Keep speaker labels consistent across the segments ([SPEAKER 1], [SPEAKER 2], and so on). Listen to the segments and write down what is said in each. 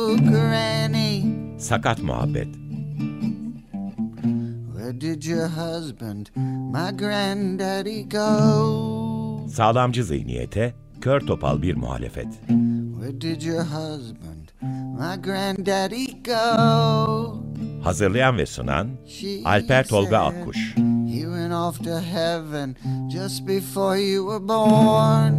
[SPEAKER 1] Granny.
[SPEAKER 2] Sakat Muhabbet.
[SPEAKER 1] Where did your husband, my granddaddy, go?
[SPEAKER 2] Sağlamcı zihniyete, kör topal bir muhalefet.
[SPEAKER 1] Where did your husband, my granddaddy, go?
[SPEAKER 2] Hazırlayan ve sunan Alper Tolga Akkuş.
[SPEAKER 1] He went off to heaven just before you were born.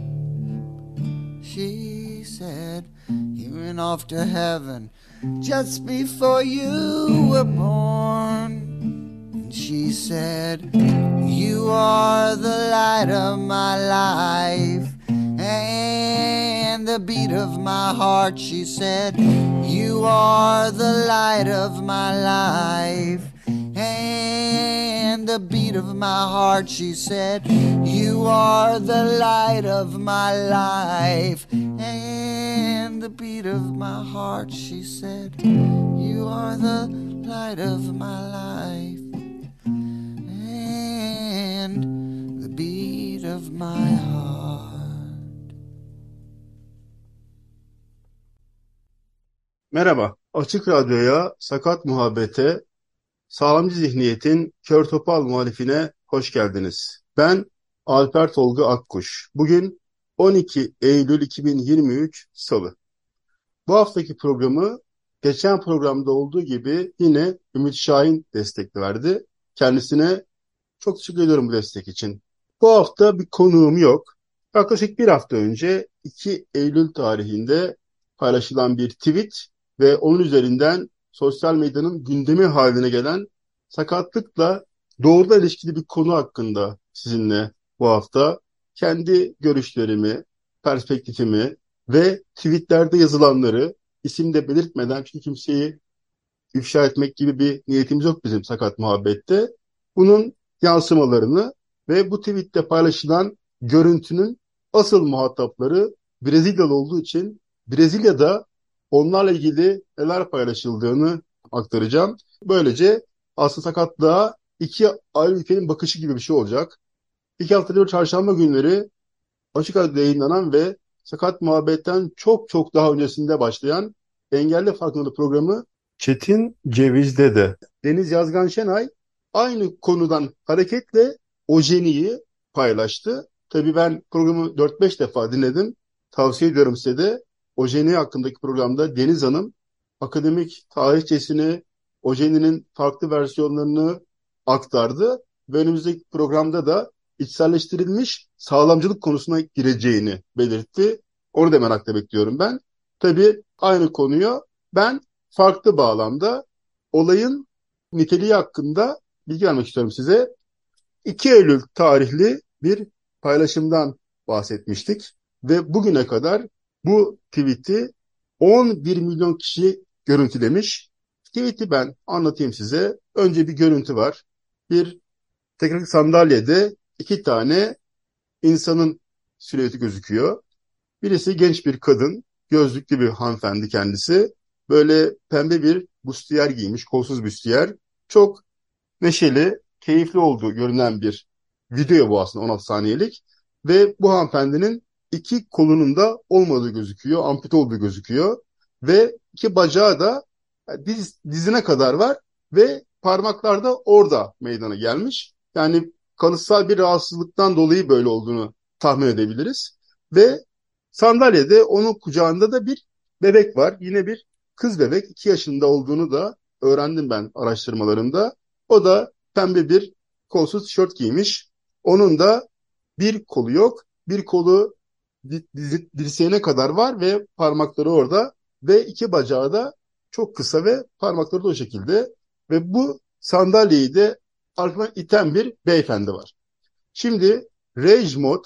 [SPEAKER 1] She said he went off to heaven just before you were born. And she said, you are the light of my life and the beat of my heart. She said, you are the light of my life and the beat of my heart. She said, you are the light of my life and the beat of my heart. She said, you are the light of my life and the beat of my heart.
[SPEAKER 3] Merhaba, Açık Radyo'ya, Sakat Muhabbet'e, Sağlamcı Zihniyet'in Kör Topal muhalifine hoş geldiniz. Ben Alper Tolga Akkuş. Bugün 12 Eylül 2023 Salı. Bu haftaki programı geçen programda olduğu gibi yine Ümit Şahin destek verdi. Kendisine çok teşekkür ediyorum bu destek için. Bu hafta bir konuğum yok. Yaklaşık bir hafta önce 2 Eylül tarihinde paylaşılan bir tweet ve onun üzerinden sosyal medyanın gündemi haline gelen sakatlıkla doğrudan ilişkili bir konu hakkında sizinle bu hafta kendi görüşlerimi, perspektifimi ve tweetlerde yazılanları isimde belirtmeden, çünkü kimseyi ifşa etmek gibi bir niyetimiz yok bizim Sakat Muhabbet'te, bunun yansımalarını ve bu tweette paylaşılan görüntünün asıl muhatapları Brezilyalı olduğu için Brezilya'da onlarla ilgili neler paylaşıldığını aktaracağım. Böylece aslında sakatlığa iki ayrı ülkenin bakışı gibi bir şey olacak. 2 haftadır çarşamba günleri Açık Radyo'da yayınlanan ve Sakat Muhabbet'ten çok çok daha öncesinde başlayan Engelli Farkındalık programı Çetin Ceviz'de de Deniz Yazgan Şenay aynı konudan hareketle Ojeni'yi paylaştı. Tabii ben programı 4-5 defa dinledim. Tavsiye ediyorum size de. Ojeni hakkındaki programda Deniz Hanım akademik tarihçesini, Ojeni'nin farklı versiyonlarını aktardı. Ve önümüzdeki programda da içselleştirilmiş sağlamcılık konusuna gireceğini belirtti. Onu da merakla bekliyorum ben. Tabii aynı konuya ben farklı bağlamda olayın niteliği hakkında bilgi vermek istiyorum size. 2 Eylül tarihli bir paylaşımdan bahsetmiştik ve bugüne kadar bu tweet'i 11 milyon kişi görüntülemiş. Tweet'i ben anlatayım size. Önce bir görüntü var. Bir tekerlekli sandalyede 2 tane insanın silüeti gözüküyor. Birisi genç bir kadın, gözlüklü bir hanımefendi kendisi. Böyle pembe bir bustiyer giymiş, kolsuz bustiyer. Çok neşeli, keyifli olduğu görünen bir video bu aslında, 16 saniyelik. Ve bu hanımefendinin 2 kolunun da olmadığı gözüküyor, ampute olduğu gözüküyor. Ve 2 bacağı da dizine kadar var ve parmaklar da orada meydana gelmiş. Yani kalıtsal bir rahatsızlıktan dolayı böyle olduğunu tahmin edebiliriz. Ve sandalyede onun kucağında da bir bebek var. Yine bir kız bebek, 2 yaşında olduğunu da öğrendim ben araştırmalarımda. O da pembe bir kolsuz tişört giymiş. Onun da bir kolu yok. Bir kolu dirseğine kadar var ve parmakları orada. Ve 2 bacağı da çok kısa ve parmakları da o şekilde. Ve bu sandalyeyi de arkadan iten bir beyefendi var. Şimdi Rejmod,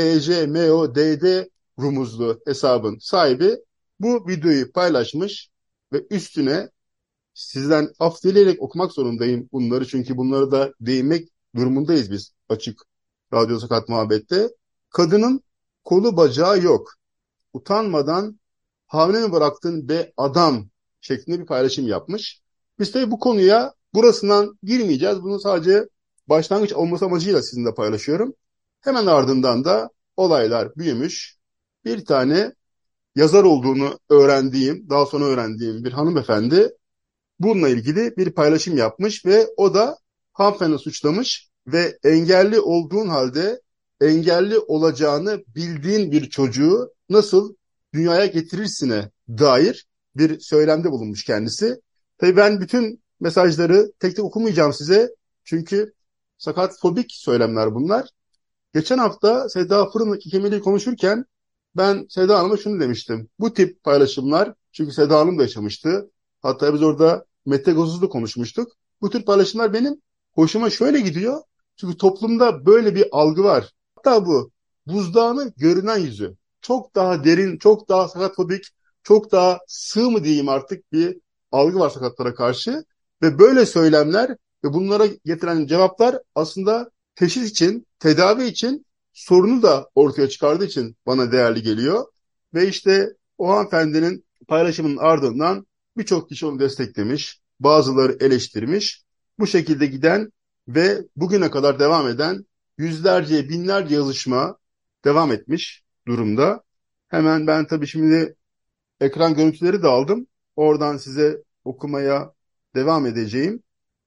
[SPEAKER 3] REJMODD rumuzlu hesabın sahibi bu videoyu paylaşmış ve üstüne, sizden af dileyerek okumak zorundayım bunları, çünkü bunları da değinmek durumundayız biz Açık Radyo Sakat Muhabbet'te. Kadının kolu bacağı yok. Utanmadan hamile mi bıraktın be adam şeklinde bir paylaşım yapmış. Biz tabii bu konuya burasından girmeyeceğiz. Bunu sadece başlangıç olması amacıyla sizinle paylaşıyorum. Hemen ardından da olaylar büyümüş. Bir tane yazar olduğunu daha sonra öğrendiğim bir hanımefendi bununla ilgili bir paylaşım yapmış ve o da hanımefendi suçlamış ve engelli olduğun halde engelli olacağını bildiğin bir çocuğu nasıl dünyaya getirirsine dair bir söylemde bulunmuş kendisi. Tabii ben bütün mesajları tek tek okumayacağım size çünkü sakatfobik söylemler bunlar. Geçen hafta Seda Fırın'daki Kemal'i konuşurken ben Seda Hanım'a şunu demiştim. Bu tip paylaşımlar, çünkü Seda Hanım da yaşamıştı. Hatta biz orada Mete Gozuz'la konuşmuştuk. Bu tür paylaşımlar benim hoşuma şöyle gidiyor. Çünkü toplumda böyle bir algı var. Hatta bu buzdağının görünen yüzü. Çok daha derin, çok daha sakatfobik, çok daha sığ mı diyeyim artık bir algı var sakatlara karşı. Ve böyle söylemler ve bunlara getiren cevaplar aslında teşhis için, tedavi için sorunu da ortaya çıkardığı için bana değerli geliyor. Ve işte o hanımefendinin paylaşımının ardından birçok kişi onu desteklemiş, bazıları eleştirmiş. Bu şekilde giden ve bugüne kadar devam eden yüzlerce, binlerce yazışma devam etmiş durumda. Hemen ben tabii şimdi ekran görüntüleri de aldım. Oradan size okumaya devam edeceğim.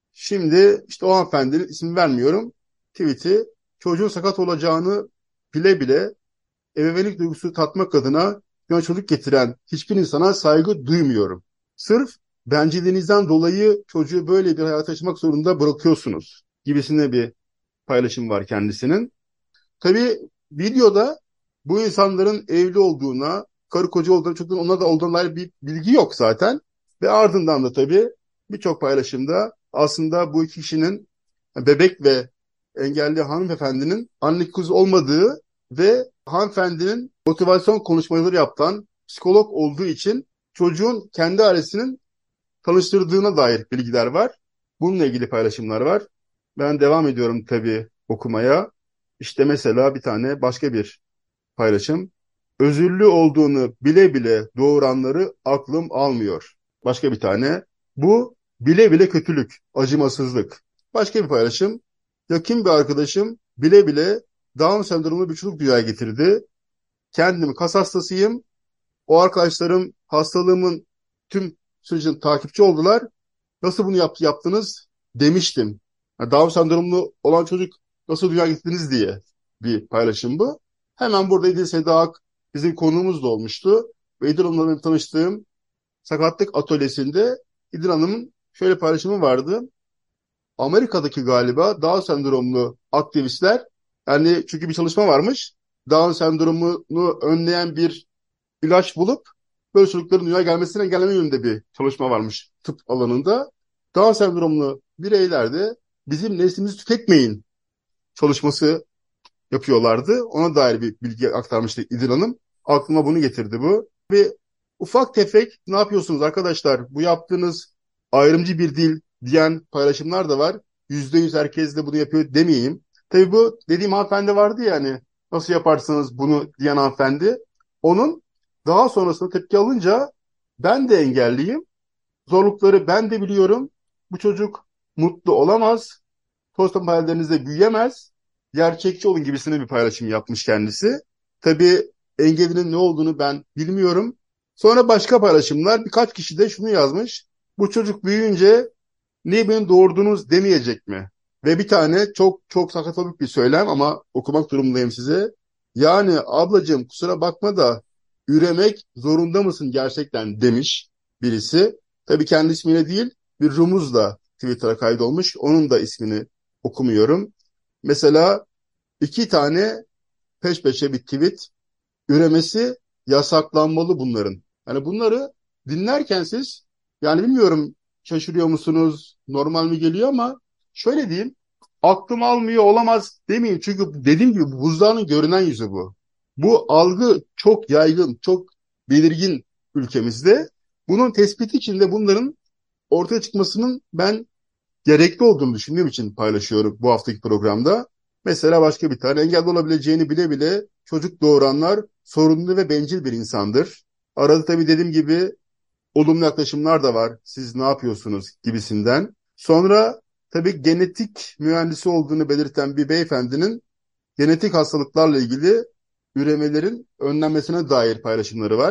[SPEAKER 3] Şimdi işte o hanımefendinin ismini vermiyorum. Tweet'i çocuğun sakat olacağını bile bile ebeveynlik duygusu tatmak adına dünyaya çocuk getiren hiçbir insana saygı duymuyorum. Sırf bencilliğinizden dolayı çocuğu böyle bir hayata yaşamak zorunda bırakıyorsunuz gibisine bir paylaşım var kendisinin. Tabii videoda bu insanların evli olduğuna, karı koca olduğuna, çocuğun ona da olduğuna dair bir bilgi yok zaten. Ve ardından da tabii birçok paylaşımda aslında bu iki kişinin bebek ve engelli hanımefendinin anne kız olmadığı ve hanımefendinin motivasyon konuşmaları yapan psikolog olduğu için çocuğun kendi ailesinin tanıştırdığına dair bilgiler var. Bununla ilgili paylaşımlar var. Ben devam ediyorum tabii okumaya. İşte mesela bir tane başka bir paylaşım. Özürlü olduğunu bile bile doğuranları aklım almıyor. Başka bir tane. Bu bile bile kötülük, acımasızlık. Başka bir paylaşım. Yakın bir arkadaşım bile bile Down sendromlu bir çocuk dünyaya getirdi. Kendim kas hastasıyım. O arkadaşlarım hastalığımın tüm sürecinde takipçi oldular. Nasıl bunu yaptınız demiştim. Yani Down sendromlu olan çocuk nasıl dünyaya getirdiniz diye bir paylaşım bu. Hemen burada İdil Seda Ak bizim konuğumuz da olmuştu. Ve İdil Hanım'la benim tanıştığım sakatlık atölyesinde İdil Hanım'ın şöyle paylaşımı vardı. Amerika'daki galiba Down sendromlu aktivistler, yani çünkü bir çalışma varmış. Down sendromunu önleyen bir ilaç bulup böyle çocukların dünyaya gelmesini engelleme yönünde bir çalışma varmış tıp alanında. Down sendromlu bireyler de bizim neslimizi tüketmeyin çalışması yapıyorlardı. Ona dair bir bilgi aktarmıştı İdil Hanım. Aklıma bunu getirdi bu. Ve ufak tefek ne yapıyorsunuz arkadaşlar? Bu yaptığınız ayrımcı bir dil diyen paylaşımlar da var. %100 herkes de bunu yapıyor demeyeyim. Tabii bu dediğim hanımefendi vardı ya, hani nasıl yaparsınız bunu diyen hanımefendi. Onun daha sonrasında tepki alınca ben de engelliyim. Zorlukları ben de biliyorum. Bu çocuk mutlu olamaz. Tostam hayallerinizde büyüyemez. Gerçekçi olun gibisine bir paylaşım yapmış kendisi. Tabii engelinin ne olduğunu ben bilmiyorum. Sonra başka paylaşımlar, birkaç kişi de şunu yazmış. Bu çocuk büyüyünce niye beni doğurdunuz demeyecek mi? Ve bir tane çok çok sakatlık bir söylem ama okumak durumundayım size. Yani ablacığım kusura bakma da üremek zorunda mısın gerçekten demiş birisi. Tabii kendi ismiyle değil, bir rumuzla Twitter'a kaydolmuş. Onun da ismini okumuyorum. Mesela 2 tane peş peşe bir tweet. Üremesi yasaklanmalı bunların. Yani bunları dinlerken siz, yani bilmiyorum şaşırıyor musunuz, normal mi geliyor ama şöyle diyeyim, aklım almıyor olamaz demeyeyim. Çünkü dediğim gibi buzdağının görünen yüzü bu. Bu algı çok yaygın, çok belirgin ülkemizde. Bunun tespiti için de bunların ortaya çıkmasının ben gerekli olduğunu düşündüğüm için paylaşıyorum bu haftaki programda. Mesela başka bir tane, engelli olabileceğini bile bile çocuk doğuranlar sorunlu ve bencil bir insandır. Arada tabii dediğim gibi olumlu yaklaşımlar da var. Siz ne yapıyorsunuz gibisinden. Sonra tabii genetik mühendisi olduğunu belirten bir beyefendinin genetik hastalıklarla ilgili üremelerin önlenmesine dair paylaşımları var.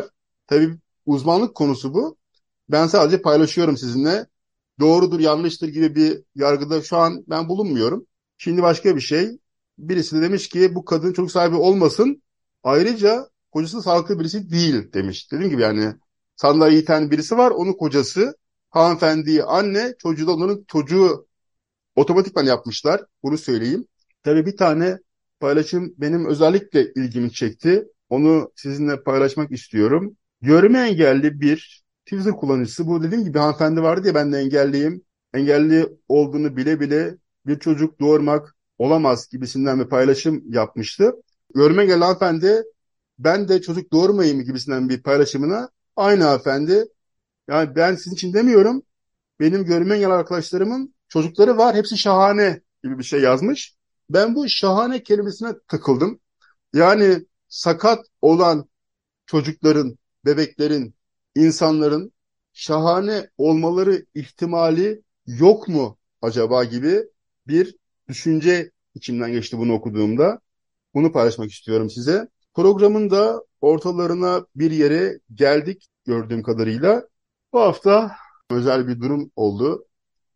[SPEAKER 3] Tabii uzmanlık konusu bu. Ben sadece paylaşıyorum sizinle. Doğrudur, yanlıştır gibi bir yargıda şu an ben bulunmuyorum. Şimdi başka bir şey. Birisi de demiş ki bu kadın çocuk sahibi olmasın. Ayrıca kocası sağlıklı birisi değil demiş. Dediğim gibi yani sandalye iten birisi var. Onun kocası hanımefendiyi anne, çocuğu da onların çocuğu otomatikman yapmışlar. Bunu söyleyeyim. Tabii bir tane paylaşım benim özellikle ilgimi çekti. Onu sizinle paylaşmak istiyorum. Görme engelli bir Twitter kullanıcısı. Bu dediğim gibi hanımefendi vardı ya ben de engelliyim. Engelli olduğunu bile bile bir çocuk doğurmak olamaz gibisinden bir paylaşım yapmıştı. Görme engelli hanımefendi ben de çocuk doğurmayayım gibisinden bir paylaşımına aynı hanımefendi yani ben sizin için demiyorum benim görme engelli arkadaşlarımın çocukları var. Hepsi şahane gibi bir şey yazmış. Ben bu şahane kelimesine takıldım. Yani sakat olan çocukların, bebeklerin, insanların şahane olmaları ihtimali yok mu acaba gibi bir düşünce içimden geçti bunu okuduğumda. Bunu paylaşmak istiyorum size. Programın da ortalarına bir yere geldik gördüğüm kadarıyla. Bu hafta özel bir durum oldu.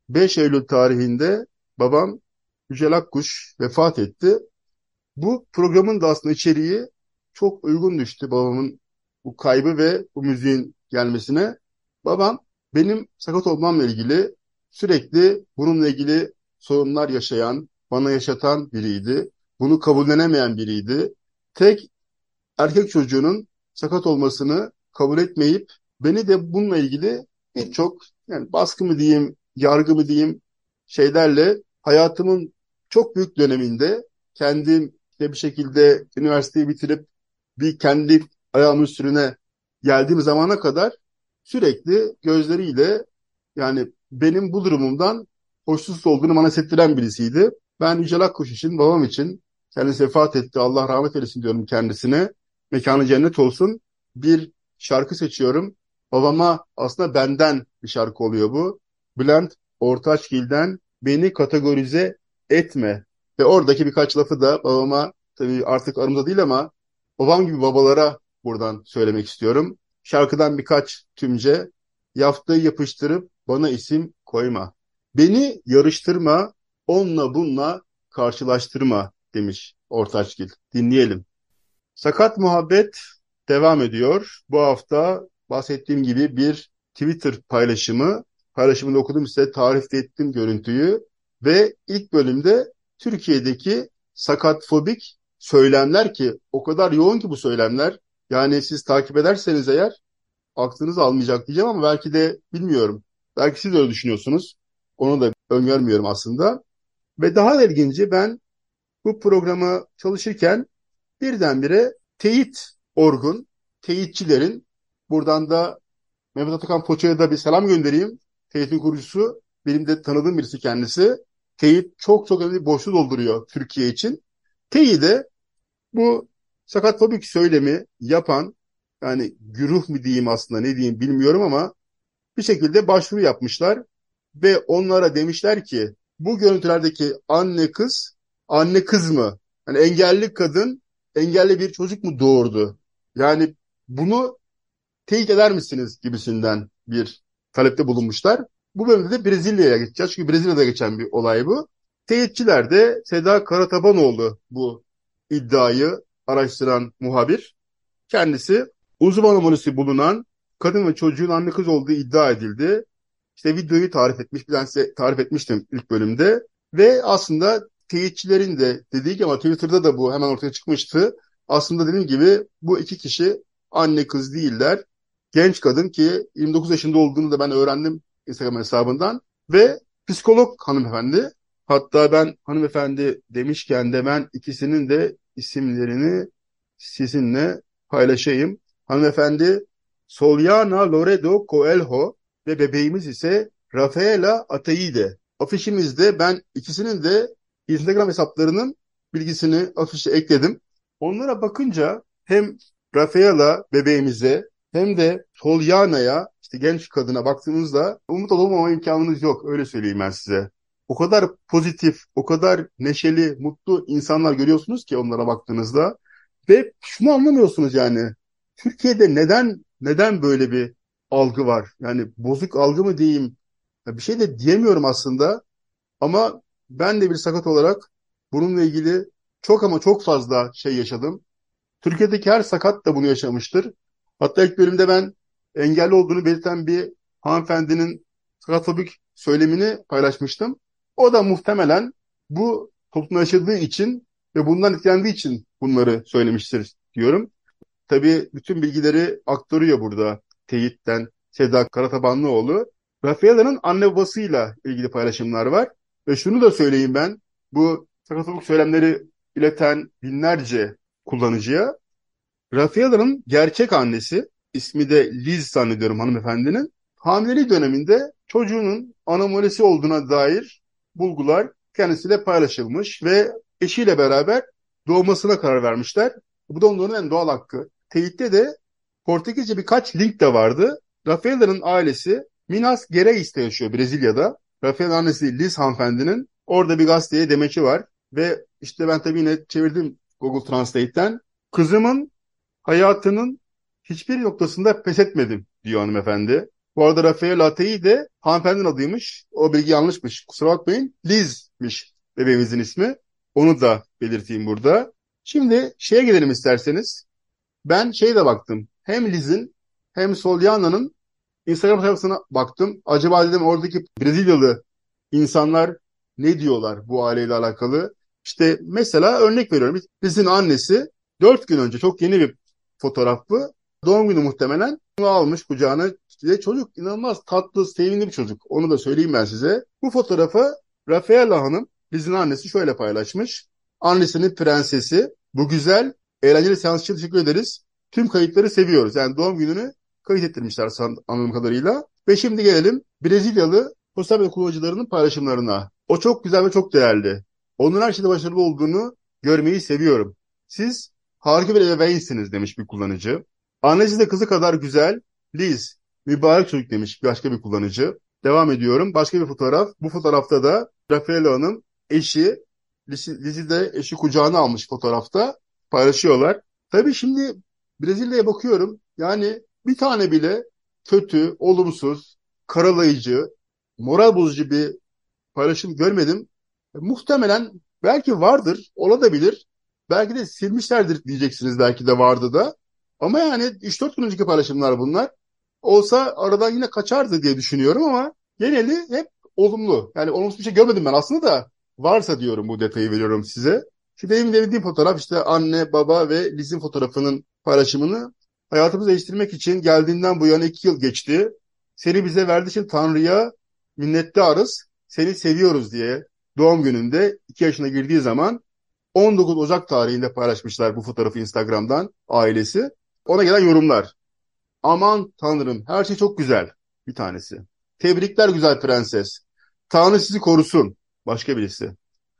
[SPEAKER 3] 5 Eylül tarihinde babam Yücel Akkuş vefat etti. Bu programın da aslında içeriği çok uygun düştü babamın bu kaybı ve bu müziğin gelmesine. Babam benim sakat olmamla ilgili sürekli bununla ilgili sorunlar yaşayan, bana yaşatan biriydi. Bunu kabullenemeyen biriydi. Tek erkek çocuğunun sakat olmasını kabul etmeyip beni de bununla ilgili birçok yani baskı mı diyeyim, yargı mı diyeyim şeylerle hayatımın çok büyük döneminde kendim de bir şekilde üniversiteyi bitirip bir kendi ayağımın üstüne geldiğim zamana kadar sürekli gözleriyle yani benim bu durumumdan hoşsuz olduğunu bana hissettiren birisiydi. Ben Yücel Akkuş için, babam için kendisi vefat etti. Allah rahmet eylesin diyorum kendisine. Mekanı cennet olsun. Bir şarkı seçiyorum. Babama aslında benden bir şarkı oluyor bu. Bülent Ortaçgil'den Beni Kategorize Etme. Ve oradaki birkaç lafı da babama tabii artık aramızda değil ama babam gibi babalara buradan söylemek istiyorum. Şarkıdan birkaç tümce. Yaftığı yapıştırıp bana isim koyma. Beni yarıştırma, onunla bununla karşılaştırma demiş Ortaçgil. Dinleyelim. Sakat Muhabbet devam ediyor. Bu hafta bahsettiğim gibi bir Twitter paylaşımı. Paylaşımında okudum size tarif ettim görüntüyü. Ve ilk bölümde Türkiye'deki sakatfobik söylemler ki o kadar yoğun ki bu söylemler. Yani siz takip ederseniz eğer aklınız almayacak diyeceğim ama belki de bilmiyorum. Belki siz de öyle düşünüyorsunuz. Onu da öngörmüyorum aslında. Ve daha da ilginci ben bu programa çalışırken birdenbire teyit orgun, teyitçilerin buradan da Mehmet Atakan Poça'ya da bir selam göndereyim. Teyit'in kurucusu. Benim de tanıdığım birisi kendisi. Teyit çok çok önemli bir boşluğu dolduruyor Türkiye için. Teyit'e bu sakatfobik söylemi yapan yani güruh mu diyeyim aslında ne diyeyim bilmiyorum ama bir şekilde başvuru yapmışlar ve onlara demişler ki bu görüntülerdeki anne kız mı? Yani engelli kadın engelli bir çocuk mu doğurdu? Yani bunu teyit eder misiniz gibisinden bir talepte bulunmuşlar. Bu bölümde de Brezilya'ya geçeceğiz. Çünkü Brezilya'da geçen bir olay bu. Teyitçiler de Seda Karatabanoğlu bu iddiayı araştıran muhabir. Kendisi uzman numarası bulunan kadın ve çocuğun anne kız olduğu iddia edildi. İşte videoyu tarif etmiş. Ben size tarif etmiştim ilk bölümde. Ve aslında teyitçilerin de dediği gibi ama Twitter'da da bu hemen ortaya çıkmıştı. Aslında dediğim gibi bu iki kişi anne kız değiller. Genç kadın ki 29 yaşında olduğunu da ben öğrendim Instagram hesabından. Ve psikolog hanımefendi. Hatta ben hanımefendi demişken de ben ikisinin de isimlerini sizinle paylaşayım. Hanımefendi Soliana Loredo Coelho ve bebeğimiz ise Rafaela Ataide. Afişimizde ben ikisinin de Instagram hesaplarının bilgisini afişe ekledim. Onlara bakınca hem Rafaela bebeğimize hem de Solyana'ya işte genç kadına baktığınızda umut olmama imkanınız yok. Öyle söyleyeyim ben size. O kadar pozitif, o kadar neşeli, mutlu insanlar görüyorsunuz ki onlara baktığınızda. Ve şunu anlamıyorsunuz yani. Türkiye'de neden neden böyle bir algı var? Yani bozuk algı mı diyeyim? Ya bir şey de diyemiyorum aslında ama ben de bir sakat olarak bununla ilgili çok ama çok fazla şey yaşadım. Türkiye'deki her sakat da bunu yaşamıştır. Hatta ilk bölümde ben engelli olduğunu belirten bir hanımefendinin sakatfobik söylemini paylaşmıştım. O da muhtemelen bu toplumda yaşadığı için ve bundan etkilendiği için bunları söylemiştir diyorum. Tabii bütün bilgileri aktarıyor burada teyitten Seda Karatabanlıoğlu. Rafaela'nın anne babasıyla ilgili paylaşımlar var. Ve şunu da söyleyeyim ben, bu sakatlık söylemleri ileten binlerce kullanıcıya Rafaela'nın gerçek annesi, ismi de Liz zannediyorum hanımefendinin, hamilelik döneminde çocuğunun anomalisi olduğuna dair bulgular kendisiyle paylaşılmış ve eşiyle beraber doğmasına karar vermişler. Bu da onların en doğal hakkı. Teyitte de Portekizce birkaç link de vardı. Rafaela'nın ailesi Minas Gerais yaşıyor Brezilya'da. Rafaela'nın annesi Liz hanımefendinin orada bir gazeteye demeci var. Ve işte ben tabii yine çevirdim Google Translate'ten. Kızımın hayatının hiçbir noktasında pes etmedim diyor hanımefendi. Bu arada Rafael Atei de hanımefendinin adıymış. O bilgi yanlışmış. Kusura bakmayın. Liz'miş bebeğimizin ismi. Onu da belirteyim burada. Şimdi şeye gelelim isterseniz. Ben şeye de baktım. Hem Liz'in hem Solyana'nın Instagram sayfasına baktım. Acaba dedim oradaki Brezilyalı insanlar ne diyorlar bu aileyle alakalı? İşte mesela örnek veriyorum. Liz'in annesi 4 gün önce çok yeni bir fotoğraf bu. Doğum günü muhtemelen onu almış kucağına. Ve çocuk inanılmaz tatlı, sevimli bir çocuk. Onu da söyleyeyim ben size. Bu fotoğrafı Rafaela Hanım, Liz'in annesi şöyle paylaşmış. Annesinin prensesi. Bu güzel, eğlenceli seans için teşekkür ederiz. Tüm kayıtları seviyoruz. Yani doğum gününü kayıt ettirmişler anladığım kadarıyla. Ve şimdi gelelim Brezilyalı sosyal medya kullanıcılarının paylaşımlarına. O çok güzel ve çok değerli. Onun her şeyde başarılı olduğunu görmeyi seviyorum. Siz harika bir ebeveynsiniz demiş bir kullanıcı. Annesi de kızı kadar güzel. Liz, mübarek çocuk demiş başka bir kullanıcı. Devam ediyorum. Başka bir fotoğraf. Bu fotoğrafta da Rafaela Hanım eşi, Liz'i de eşi kucağına almış fotoğrafta. Paylaşıyorlar. Tabii şimdi Brezilya'ya bakıyorum. Yani bir tane bile kötü, olumsuz, karalayıcı, moral bozucu bir paylaşım görmedim. Muhtemelen belki vardır, olabilir. Belki de silmişlerdir diyeceksiniz belki de vardı da. Ama yani 3-4 gün önceki paylaşımlar bunlar. Olsa aradan yine kaçardı diye düşünüyorum ama geneli hep olumlu. Yani olumsuz bir şey görmedim ben aslında da varsa diyorum bu detayı veriyorum size. Şimdi benim verdiğim fotoğraf işte anne, baba ve Liz'in fotoğrafının paylaşımını hayatımızı değiştirmek için geldiğinden bu yana 2 yıl geçti. Seni bize verdiği için Tanrı'ya minnettarız. Seni seviyoruz diye doğum gününde 2 yaşına girdiği zaman 19 Ocak tarihinde paylaşmışlar bu fotoğrafı Instagram'dan ailesi. Ona gelen yorumlar. Aman Tanrım her şey çok güzel bir tanesi. Tebrikler güzel prenses. Tanrı sizi korusun. Başka birisi.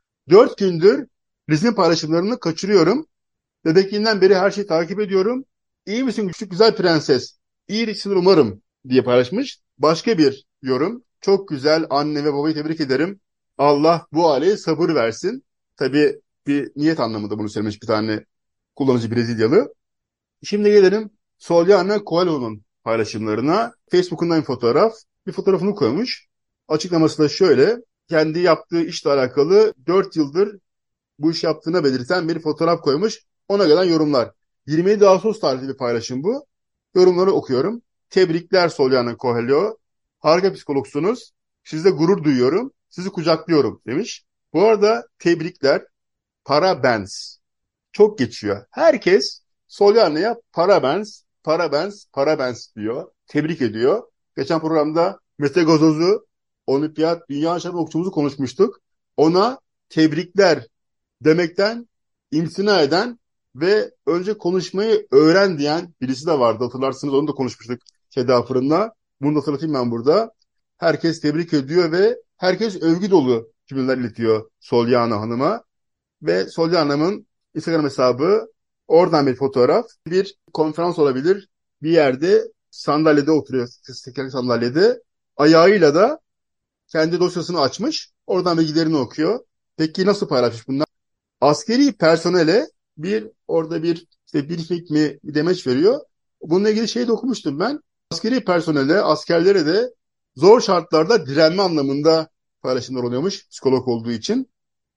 [SPEAKER 3] 4 gündür Liz'in paylaşımlarını kaçırıyorum. Bebekliğinden beri her şeyi takip ediyorum. İyi misin küçük güzel prenses? İyiliksin umarım diye paylaşmış. Başka bir yorum. Çok güzel anne ve babayı tebrik ederim. Allah bu aileye sabır versin. Tabii bir niyet anlamında bunu söylemiş bir tane kullanıcı Brezilyalı. Şimdi gelelim Soliana Coelho'nun paylaşımlarına. Facebook'undan bir fotoğraf. Bir fotoğrafını koymuş. Açıklaması da şöyle. Kendi yaptığı işle alakalı 4 yıldır bu iş yaptığına belirten bir fotoğraf koymuş. Ona gelen yorumlar. 27 Ağustos tarihli bir paylaşım bu. Yorumları okuyorum. Tebrikler Soliana Coelho. Harika psikologsunuz. Sizle gurur duyuyorum. Sizi kucaklıyorum demiş. Bu arada tebrikler. Parabens. Çok geçiyor. Herkes Soliana'ya parabens, parabens, parabens diyor. Tebrik ediyor. Geçen programda Mete Gazoz'u, olimpiyat dünya şampiyonu okçumuzu konuşmuştuk. Ona tebrikler demekten imtina eden ve önce konuşmayı öğren diyen birisi de vardı. Hatırlarsınız onu da konuşmuştuk Seda Fırın'la. Bunu da hatırlatayım ben burada. Herkes tebrik ediyor ve herkes övgü dolu cümleler iletiyor Soliana Hanım'a. Ve Soliana Hanım'ın Instagram hesabı, oradan bir fotoğraf, bir konferans olabilir. Bir yerde sandalyede oturuyor, tekerlekli sandalyede. Ayağıyla da kendi dosyasını açmış. Oradan bilgilerini okuyor. Peki nasıl paylaşmış bunlar? Askeri personele orada bir işte briefing mi bir demeç veriyor. Bununla ilgili şey de okumuştum ben. Askeri personele, askerlere de zor şartlarda direnme anlamında paylaşımlar oluyormuş psikolog olduğu için.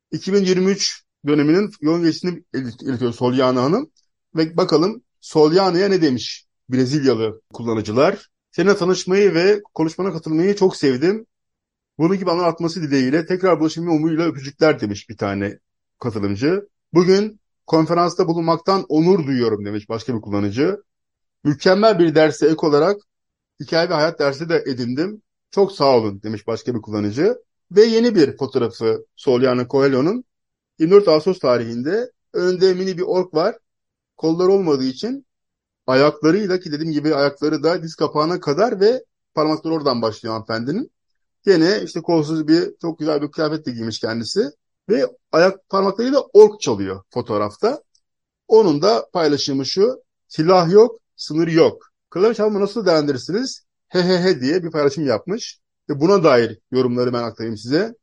[SPEAKER 3] 2023 döneminin yoğun geçişini iletiyor Solyana Hanım. Ve bakalım Solyana'ya ne demiş Brezilyalı kullanıcılar. Seninle tanışmayı ve konuşmana katılmayı çok sevdim. Bunun gibi anlar atması dileğiyle tekrar buluşma umuduyla öpücükler demiş bir tane katılımcı. Bugün konferansta bulunmaktan onur duyuyorum demiş başka bir kullanıcı. Mükemmel bir derse ek olarak hikaye ve hayat dersi de edindim. Çok sağ olun demiş başka bir kullanıcı. Ve yeni bir fotoğrafı Soliana Coelho'nun 24 Ağustos tarihinde önünde mini bir ork var. Kolları olmadığı için ayaklarıyla ki dediğim gibi ayakları da diz kapağına kadar ve parmakları oradan başlıyor hanımefendinin. Gene işte kolsuz bir çok güzel bir kıyafet de giymiş kendisi ve ayak parmaklarıyla ork çalıyor fotoğrafta. Onun da paylaşımı şu: silah yok, sınır yok. Klavye çalma nasıl değerlendirirsiniz? He he he diye bir paylaşım yapmış. Ve buna dair yorumları ben aktarayım size.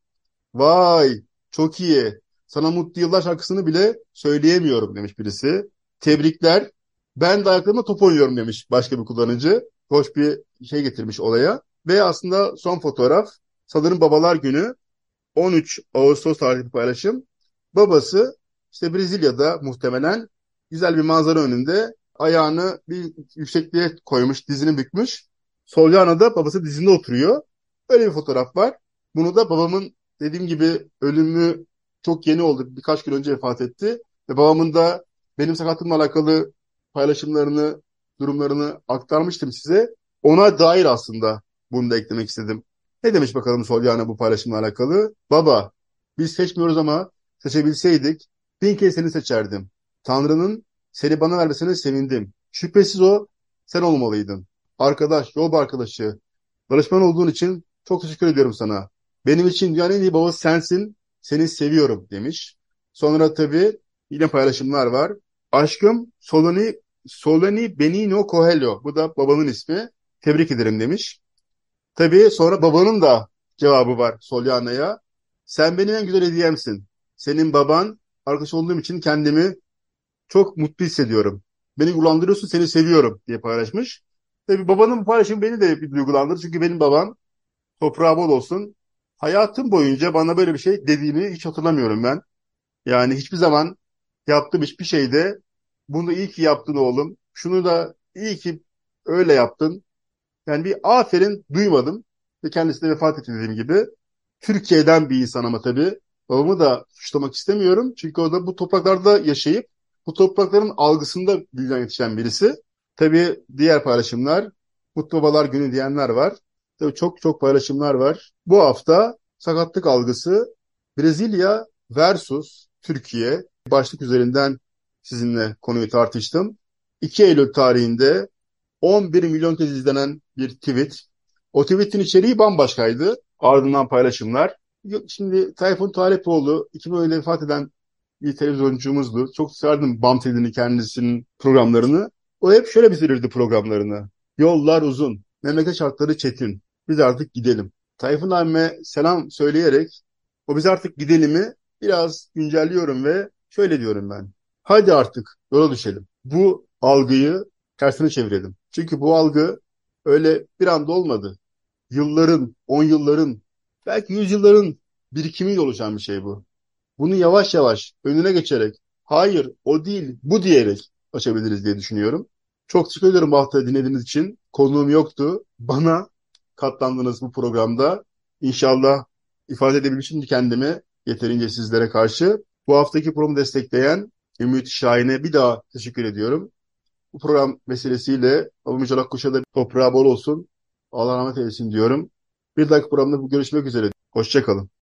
[SPEAKER 3] Vay, çok iyi. Sana Mutlu Yıllar şarkısını bile söyleyemiyorum demiş birisi. Tebrikler. Ben de ayaklarımla top oynuyorum demiş başka bir kullanıcı. Hoş bir şey getirmiş olaya. Ve aslında son fotoğraf sanırım Babalar Günü 13 Ağustos tarihli bir paylaşım. Babası işte Brezilya'da muhtemelen güzel bir manzara önünde ayağını bir yüksekliğe koymuş, dizini bükmüş. Sol yanında babası dizinde oturuyor. Öyle bir fotoğraf var. Bunu da babamın dediğim gibi ölümü çok yeni oldu. Birkaç gün önce vefat etti. Ve babamın da benim sakatlığımla alakalı paylaşımlarını, durumlarını aktarmıştım size. Ona dair aslında bunu da eklemek istedim. Ne demiş bakalım Solyana bu paylaşımla alakalı? Baba, biz seçmiyoruz ama seçebilseydik bin kez seni seçerdim. Tanrı'nın seni bana vermesine sevindim. Şüphesiz o sen olmalıydın. Arkadaş, yol arkadaşı, danışman olduğun için çok teşekkür ediyorum sana. Benim için dünyanın en iyi babası sensin. Seni seviyorum demiş. Sonra tabii yine paylaşımlar var. Aşkım Solani Benino Coelho. Bu da babanın ismi. Tebrik ederim demiş. Tabii sonra babanın da cevabı var Solyana'ya. Sen benim en güzel hediyemsin. Senin baban, arkadaş olduğum için kendimi çok mutlu hissediyorum. Beni gururlandırıyorsun, seni seviyorum diye paylaşmış. Tabii babanın bu paylaşımı beni de bir duygulandırdı. Çünkü benim babam, toprağı bol olsun, hayatım boyunca bana böyle bir şey dediğini hiç hatırlamıyorum ben. Yani hiçbir zaman yaptığım hiçbir şeyde bunu iyi ki yaptın oğlum, şunu da iyi ki öyle yaptın. Yani bir aferin duymadım. Ve kendisi de vefat etti dediğim gibi. Türkiye'den bir insan ama tabii. Babamı da suçlamak istemiyorum. Çünkü o da bu topraklarda yaşayıp bu toprakların algısında büyüyen yetişen birisi. Tabii diğer paylaşımlar, Mutlu Babalar Günü diyenler var. Tabii çok çok paylaşımlar var. Bu hafta sakatlık algısı Brezilya versus Türkiye başlık üzerinden sizinle konuyu tartıştım. 2 Eylül tarihinde 11 milyon kez izlenen bir tweet. O tweetin içeriği bambaşkaydı. Ardından paylaşımlar. Şimdi Tayfun Talepoğlu 2010'da vefat eden bir televizyoncumuzdu. Çok severdim Bam TV'nin kendisinin programlarını. O hep şöyle bitirirdi programlarını: yollar uzun, memleket şartları çetin. Biz artık gidelim. Tayfun abime selam söyleyerek o biz artık gidelimi biraz güncelliyorum ve şöyle diyorum ben: hadi artık yola düşelim. Bu algıyı tersine çevirelim. Çünkü bu algı öyle bir anda olmadı. Yılların, 10 yılların, belki 100 yılların birikimiyle oluşan bir şey bu. Bunu yavaş yavaş önüne geçerek, hayır o değil bu diyerek açabiliriz diye düşünüyorum. Çok teşekkür ederim bu hafta dinlediğiniz için. Konuğum yoktu. Bana katlandınız bu programda. İnşallah ifade edebilmişim kendimi yeterince sizlere karşı. Bu haftaki programı destekleyen Ümit Şahin'e bir daha teşekkür ediyorum. Bu program vesilesiyle Abu Mücadele Akkuş'a da toprağı bol olsun. Allah rahmet eylesin diyorum. Bir dahaki programda görüşmek üzere. Hoşça kalın.